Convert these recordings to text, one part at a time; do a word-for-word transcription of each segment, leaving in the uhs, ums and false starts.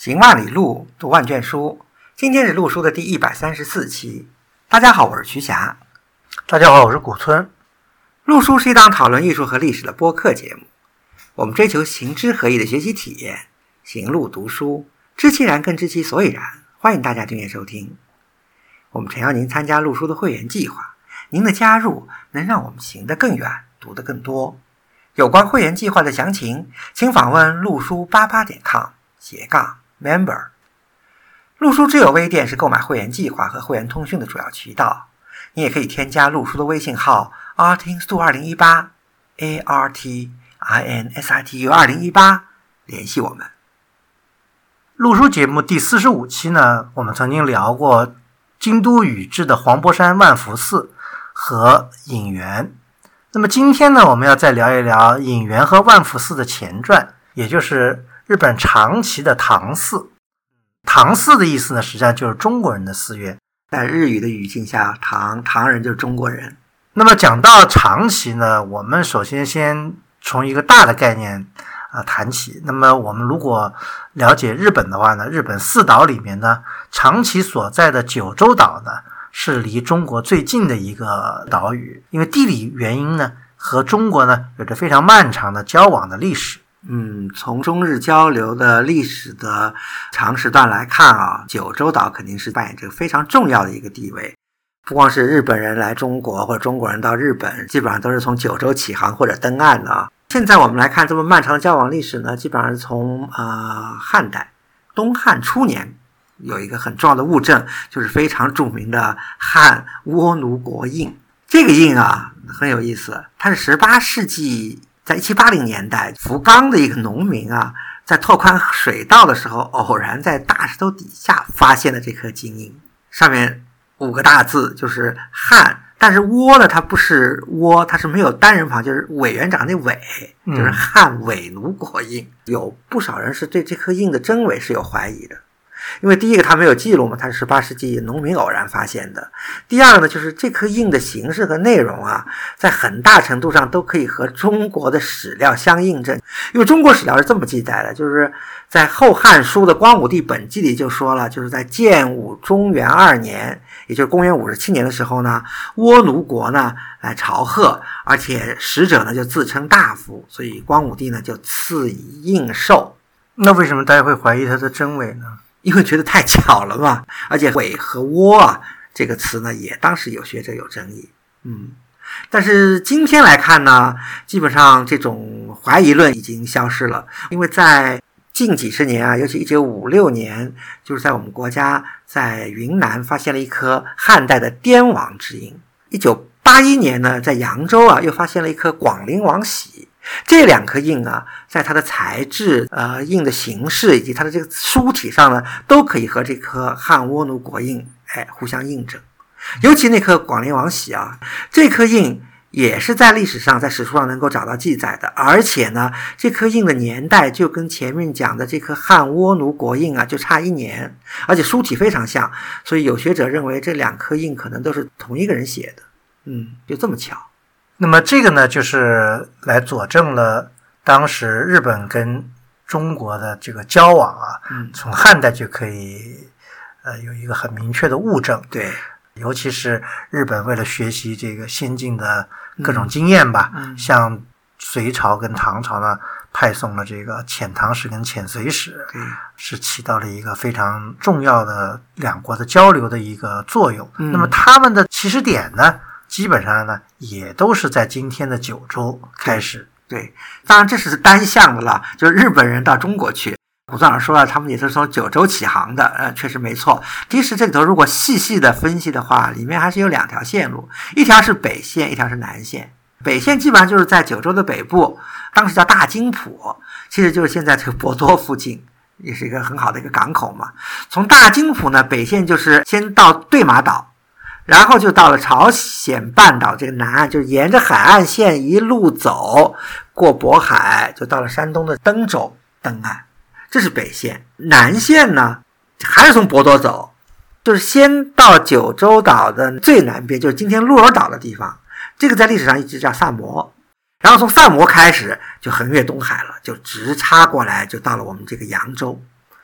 行万里路，读万卷书。今天是陆书的第一百三十四期。大家好，我是瞿霞。 大家好，我是古村。 陆书是一档讨论艺术和历史的播客节目。我们追求行知合一的学习体验，行路读书，知其然更知其所以然。欢迎大家订阅收听。我们诚邀您参加陆书的会员计划，您的加入能让我们行得更远，读得更多。有关会员计划的详情，请访问陆书八八点 com 斜杠 member。陆书知友微店是购买会员计划和会员通讯的主要渠道，你也可以添加陆书的微信号 artinstu 二零一八 A R T I N S I T U 二零一八联系我们。 陆书节目第四十五期呢，我们曾经聊过京都宇治的黄柏山万福寺和隐元。那么今天呢，我们要再聊一聊隐元和万福寺的前传，也就是日本长崎的唐寺。唐寺的意思呢，实际上就是中国人的寺院。 在日语的语境下，唐唐人就是中国人。 那么讲到长崎呢，我们首先先从一个大的概念啊、呃、谈起。那么我们如果了解日本的话呢，日本四岛里面呢，长崎所在的九州岛呢，是离中国最近的一个岛屿，因为地理原因呢，和中国呢有着非常漫长的交往的历史。 嗯，从中日交流的历史的长时段来看啊，九州岛肯定是扮演着非常重要的一个地位。不光是日本人来中国，或者中国人到日本，基本上都是从九州起航或者登岸的啊。现在我们来看这么漫长的交往历史呢，基本上是从呃汉代东汉初年有一个很重要的物证，就是非常著名的汉倭奴国印。这个印啊很有意思，它是十八世纪在一七八零年代福冈的一个农民啊，在拓宽水道的时候，偶然在大石头底下发现了这颗金印，上面五个大字就是汉，但是倭呢，它不是倭，它是没有单人旁，就是委员长那委，就是汉伪奴国印。有不少人是对这颗印的真伪是有怀疑的，因为第一个它没有记录嘛，它是十八世纪农民偶然发现的。第二个呢，就是这颗印的形式和内容啊，在很大程度上都可以和中国的史料相印证。因为中国史料是这么记载的，就是在《后汉书》的光武帝本纪里就说了，就是在建武中元二年，也就是公元五十七年的时候呢，倭奴国呢来朝贺，而且使者呢就自称大夫，所以光武帝呢就赐以印绶。 那为什么大家会怀疑它的真伪呢？ 因为觉得太巧了嘛，而且伪和倭啊这个词呢，也当时有学者有争议。嗯，但是今天来看呢，基本上这种怀疑论已经消失了，因为在近几十年啊，尤其一九五六年，就是在我们国家在云南发现了一颗汉代的滇王之印。一九八一年呢，在扬州啊又发现了一颗广陵王玺。这两颗印啊，在它的材质、呃印的形式以及它的这个书体上呢，都可以和这颗汉倭奴国印哎互相印证。尤其那颗广陵王玺啊，这颗印也是在历史上在史书上能够找到记载的，而且呢，这颗印的年代就跟前面讲的这颗汉倭奴国印啊就差一年，而且书体非常像，所以有学者认为这两颗印可能都是同一个人写的。嗯，就这么巧。 那么这个呢，就是来佐证了当时日本跟中国的这个交往啊， 嗯， 从汉代就可以呃有一个很明确的物证。 对， 尤其是日本为了学习这个先进的各种经验吧， 嗯嗯、 像隋朝跟唐朝呢派送了这个遣唐使跟遣隋使，是起到了一个非常重要的两国的交流的一个作用。 嗯、 那么他们的起始点呢，基本上呢也都是在今天的九州开始。 对，对，当然这是单向的了，就是日本人到中国去。古藏长说了，他们也是从九州起航的，呃，确实没错。其实这里头如果细细的分析的话，里面还是有两条线路，一条是北线，一条是南线。北线基本上就是在九州的北部，当时叫大津浦，其实就是现在这个博多附近，也是一个很好的一个港口嘛。从大津浦呢，北线就是先到对马岛，然后就到了朝鲜半岛这个南岸，就是沿着海岸线一路走过渤海，就到了山东的登州登岸。这是北线。南线呢，还是从博多走，就是先到九州岛的最南边，就是今天鹿儿岛的地方，这个在历史上一直叫萨摩。然后从萨摩开始就横越东海了，就直插过来，就到了我们这个扬州。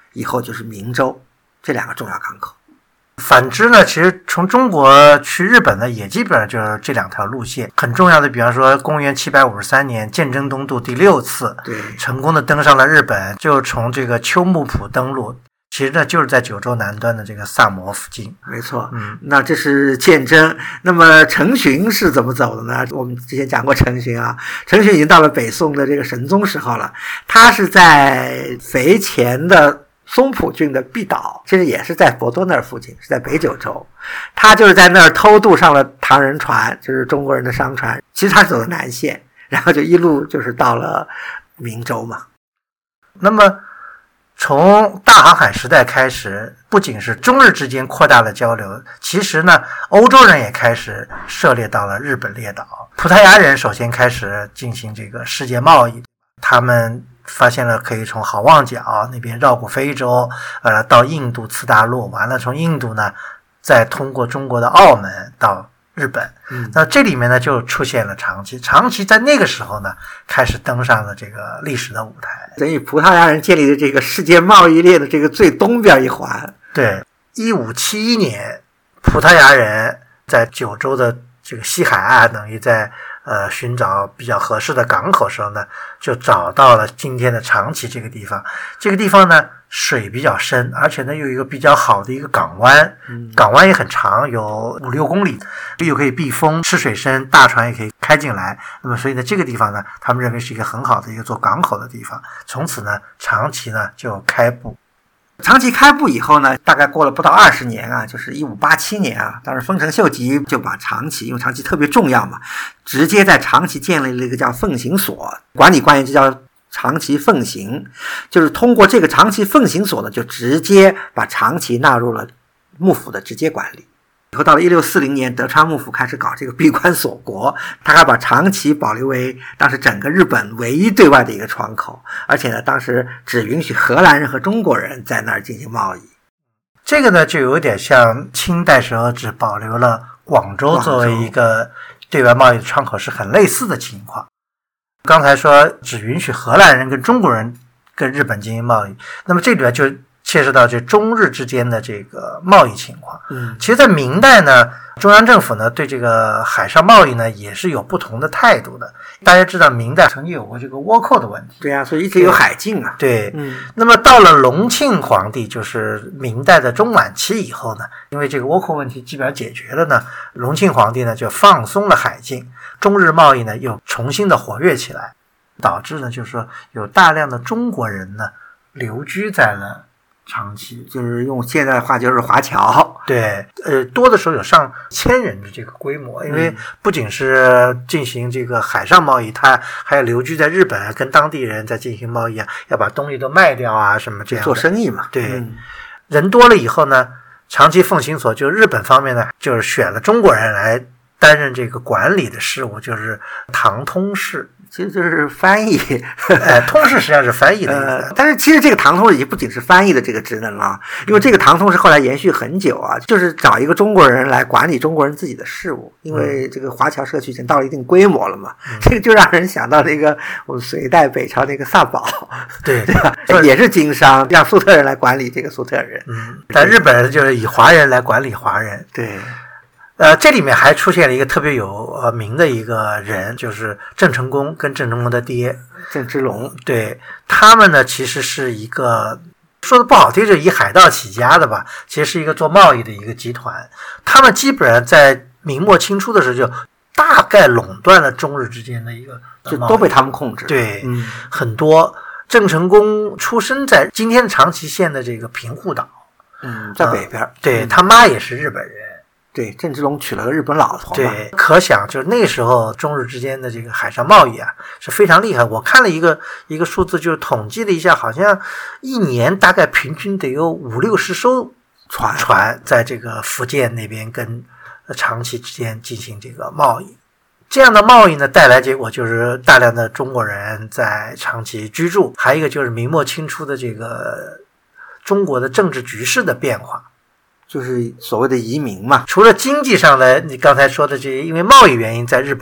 以后就是明州这两个重要港口。 反之呢，其实从中国去日本呢，也基本上就是这两条路线。很重要的，比方说公元七百五十三年，鉴真东渡第六次， 对， 成功的登上了日本，就从这个秋木浦登陆。其实呢，就是在九州南端的这个萨摩附近。 没错， 嗯， 那这是鉴真。那么陈询是怎么走的呢？我们之前讲过陈询啊，陈询已经到了北宋的这个神宗时候了，他是在肥前的松浦郡的碧岛，其实也是在博多那儿附近，是在北九州。他就是在那儿偷渡上了唐人船，就是中国人的商船。其实他是走的南线，然后就一路就是到了明州嘛。 那么从大航海时代开始，不仅是中日之间扩大了交流，其实呢，欧洲人也开始涉猎到了日本列岛。葡萄牙人首先开始进行这个世界贸易，他们发现了可以从好望角那边绕过非洲，呃，到印度次大陆，完了从印度呢，再通过中国的澳门到日本。 嗯， 那这里面呢就出现了长崎，长崎在那个时候呢开始登上了这个历史的舞台。 等于葡萄牙人建立的这个世界贸易链的这个最东边一环。 对，一五七一年，葡萄牙人在九州的这个西海岸，等于在呃寻找比较合适的港口时候呢，就找到了今天的长崎这个地方。这个地方呢水比较深，而且呢有一个比较好的一个港湾，港湾也很长，有五六公里，又可以避风，吃水深，大船也可以开进来。那么所以呢这个地方呢，他们认为是一个很好的一个做港口的地方。从此呢，长崎呢就开埠。 长崎开埠以后呢，大概过了不到二十年啊，就是一五八七年啊，当时丰臣秀吉就把长崎，因为长崎特别重要嘛，直接在长崎建立了一个叫奉行所，管理官员就叫长崎奉行，就是通过这个长崎奉行所呢，就直接把长崎纳入了幕府的直接管理。以后到了一六四零年，德川幕府开始搞这个闭关锁国，他还把长崎保留为当时整个日本唯一对外的一个窗口，而且呢，当时只允许荷兰人和中国人在那儿进行贸易。 这个呢，就有点像清代时候只保留了广州作为一个对外贸易的窗口是很类似的情况。刚才说只允许荷兰人跟中国人跟日本进行贸易，那么这里面就牵涉到这中日之间的这个贸易情况。 嗯， 其实在明代呢，中央政府呢对这个海上贸易呢也是有不同的态度的。大家知道明代曾经有过这个倭寇的问题， 对啊，所以一直有海禁啊。 对， 嗯， 那么到了隆庆皇帝，就是明代的中晚期以后呢，因为这个倭寇问题基本上解决了呢，隆庆皇帝呢就放松了海禁，中日贸易呢又重新的活跃起来，导致呢就是说有大量的中国人呢流居在了长崎， 就是用现在的话就是华侨。 对，呃，多的时候有上千人的这个规模，因为不仅是进行这个海上贸易，他还要留居在日本，跟当地人在进行贸易啊，要把东西都卖掉啊，什么这样的做生意嘛。 对， 嗯， 人多了以后呢，长崎奉行所就日本方面呢，就是选了中国人来担任这个管理的事务，就是唐通事。 其实就是翻译， 哎，通事实际上是翻译的意思。 呃，但是其实这个唐通已经不仅是翻译的这个职能了，因为这个唐通是后来延续很久啊，就是找一个中国人来管理中国人自己的事务，因为这个华侨社区已经到了一定规模了嘛，嗯、这个就让人想到那个我们隋代北朝那个萨宝， 对对吧？也是经商，让粟特人来管理这个粟特人。 嗯，但日本人就是以华人来管理华人。 对。 呃，这里面还出现了一个特别有呃名的一个人，就是郑成功跟郑成功的爹郑芝龙。 对，他们呢其实是一个说的不好听，是以海盗起家的吧，其实是一个做贸易的一个集团。他们基本上在明末清初的时候就大概垄断了中日之间的一个， 就都被他们控制。 对， 嗯， 很多。郑成功出生在今天长崎县的这个平户岛， 嗯，在北边。呃、 对、嗯、他妈也是日本人。 对，郑芝龙娶了个日本老婆。 对，可想就是那时候中日之间的这个海上贸易啊是非常厉害。我看了一个一个数字，就是统计了一下，好像一年大概平均得有五六十艘船船在这个福建那边跟长崎之间进行这个贸易。这样的贸易呢，带来结果就是大量的中国人在长崎居住，还有一个就是明末清初的这个中国的政治局势的变化。 就是所谓的移民嘛， 除了经济上的，你刚才说的这些，因为贸易原因在日本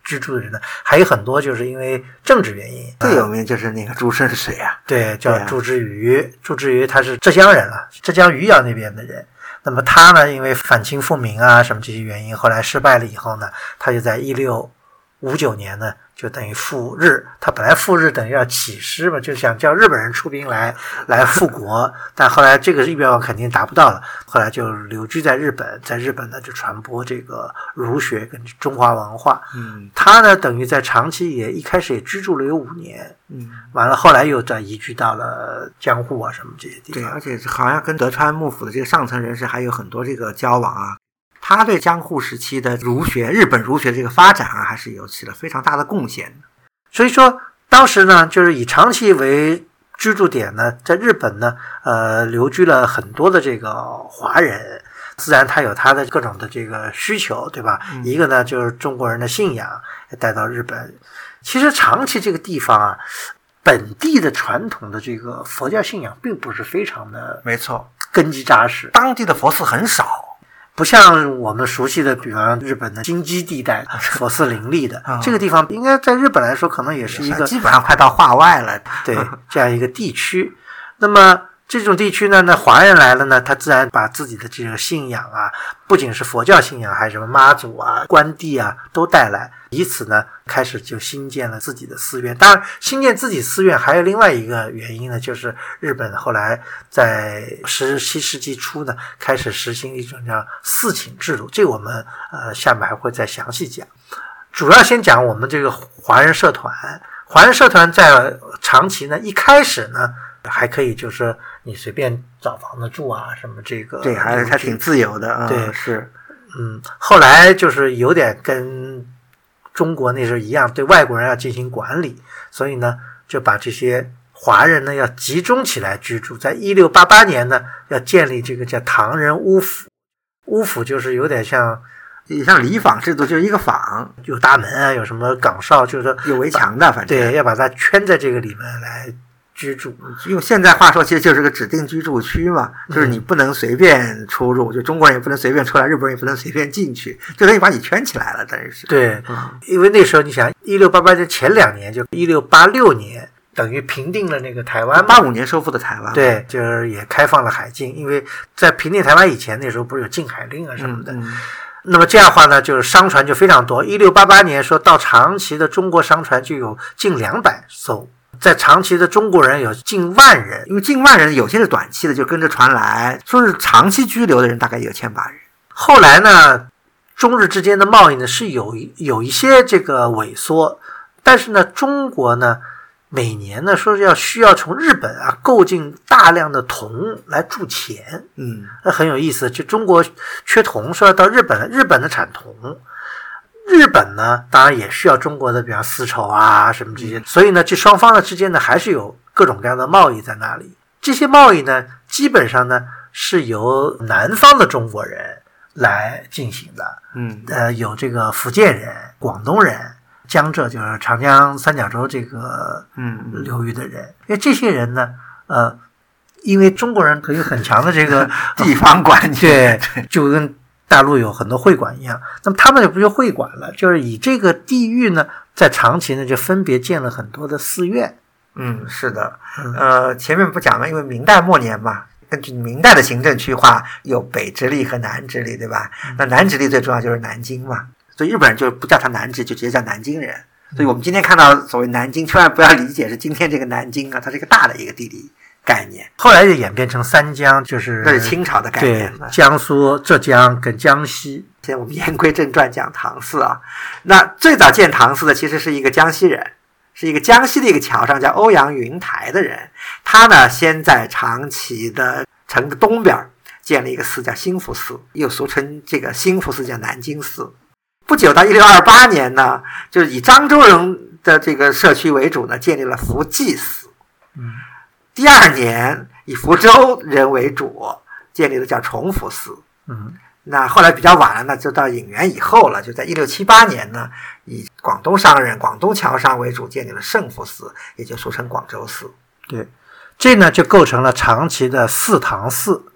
居住的人呢，还有很多就是因为政治原因。 最有名就是那个朱胜水啊， 对，叫朱之愚。朱之愚他是浙江人了，浙江余姚那边的人。那么他呢，因为反清复明啊什么这些原因，后来失败了以后呢，他就在一六五九年呢，就等于赴日。他本来赴日等于要起师嘛，就想叫日本人出兵来来复国，但后来这个愿望肯定达不到了，后来就留居在日本，在日本呢就传播这个儒学跟中华文化。 嗯， 他呢等于在长崎也一开始也居住了有五年， 嗯， 完了后来又再移居到了江户啊什么这些地方。 对，而且好像跟德川幕府的这个上层人士还有很多这个交往啊。他对江户时期的儒学，日本儒学这个发展啊，还是有起了非常大的贡献的。 所以说，当时呢，就是以长崎为居住点呢，在日本呢，呃，留居了很多的这个华人。自然他有他的各种的这个需求，对吧？嗯、一个呢，就是中国人的信仰带到日本。其实长崎这个地方啊，本地的传统的这个佛教信仰并不是非常的， 没错， 根基扎实， 当地的佛寺很少。 不像我们熟悉的，比方日本的京畿地带佛寺林立的、嗯、这个地方，应该在日本来说，可能也是一个基本上快到化外了。 对，这样一个地区。那么这种地区呢，那华人来了呢，他自然把自己的这个信仰啊，不仅是佛教信仰，还有什么妈祖啊、关帝啊都带来，以此呢，开始就兴建了自己的寺院。当然，兴建自己寺院还有另外一个原因呢，就是日本后来在十七世纪初呢，开始实行一种叫寺请制度，这个我们呃下面还会再详细讲。主要先讲我们这个华人社团，华人社团在长崎呢，一开始呢。还可以，就是你随便找房子住啊，什么这个， 对，还还挺自由的啊。 对， 是， 嗯，后来就是有点跟中国那时候一样，对外国人要进行管理，所以呢，就把这些华人呢要集中起来居住。在一六八八年呢，要建立这个叫唐人屋府，屋府就是有点像。 也像里坊制度，就是一个坊， 有大门啊，有什么岗哨，就是有围墙的，反正对，要把它圈在这个里面来。居住， 用现在话说，其实就是个指定居住区嘛，就是你不能随便出入，就中国人也不能随便出来，日本人也不能随便进去，就等于把你圈起来了，等于是。 对，嗯、因为那时候你想，一六八八年前两年，就一六八六年，等于平定了那个台湾， 八五年收复的台湾， 对，就是也开放了海禁，因为在平定台湾以前，那时候不是有禁海令啊什么的。嗯嗯，那么这样的话呢，就是商船就非常多。一六八八年说到长崎的中国商船就有近两百艘。在长崎的中国人有近万人， 因为近万人有些是短期的，就跟着船来，说是长期居留的人大概有千把人。 后来呢，中日之间的贸易呢是有有一些这个萎缩，但是呢，中国呢每年呢说要需要从日本啊购进大量的铜来铸钱， 嗯， 那很有意思。就中国缺铜，说要到日本，日本的产铜。日本呢，当然也需要中国的，比方丝绸啊什么这些，所以呢，这双方的之间呢，还是有各种各样的贸易在那里。这些贸易呢，基本上呢是由南方的中国人来进行的， 嗯， 呃，有这个福建人、广东人、江浙就是长江三角洲这个嗯流域的人，因为这些人呢，呃，因为中国人可以很强的这个地方管理， 对，就跟大陆有很多会馆一样，那么他们就不就会馆了，就是以这个地域呢，在长崎呢就分别建了很多的寺院。 嗯，是的，呃，前面不讲了，因为明代末年嘛，根据明代的行政区划有北直隶和南直隶，对吧？那南直隶最重要就是南京嘛，所以日本人就不叫他南直，就直接叫南京人。所以我们今天看到所谓南京，千万不要理解是今天这个南京啊，它是一个大的一个地理概念， 后来就演变成三江，就是这是清朝的概念， 对，江苏、浙江跟江西。 现在我们言归正传讲唐寺啊，那最早建唐寺的其实是一个江西人，是一个江西的一个桥上叫欧阳云台的人，他呢先在长崎的城的东边建了一个寺叫兴福寺，又俗称这个兴福寺叫南京寺。不久到一六二八年呢，就是以漳州人的这个社区为主呢，建立了福济寺。 嗯。 第二年以福州人为主，建立的叫崇福寺。 嗯， 那后来比较晚了，那就到隐元以后了，就在一六七八年呢，以广东商人、广东侨商为主，建立了圣福寺，也就俗称广州寺。 对，这呢就构成了长崎的四堂寺。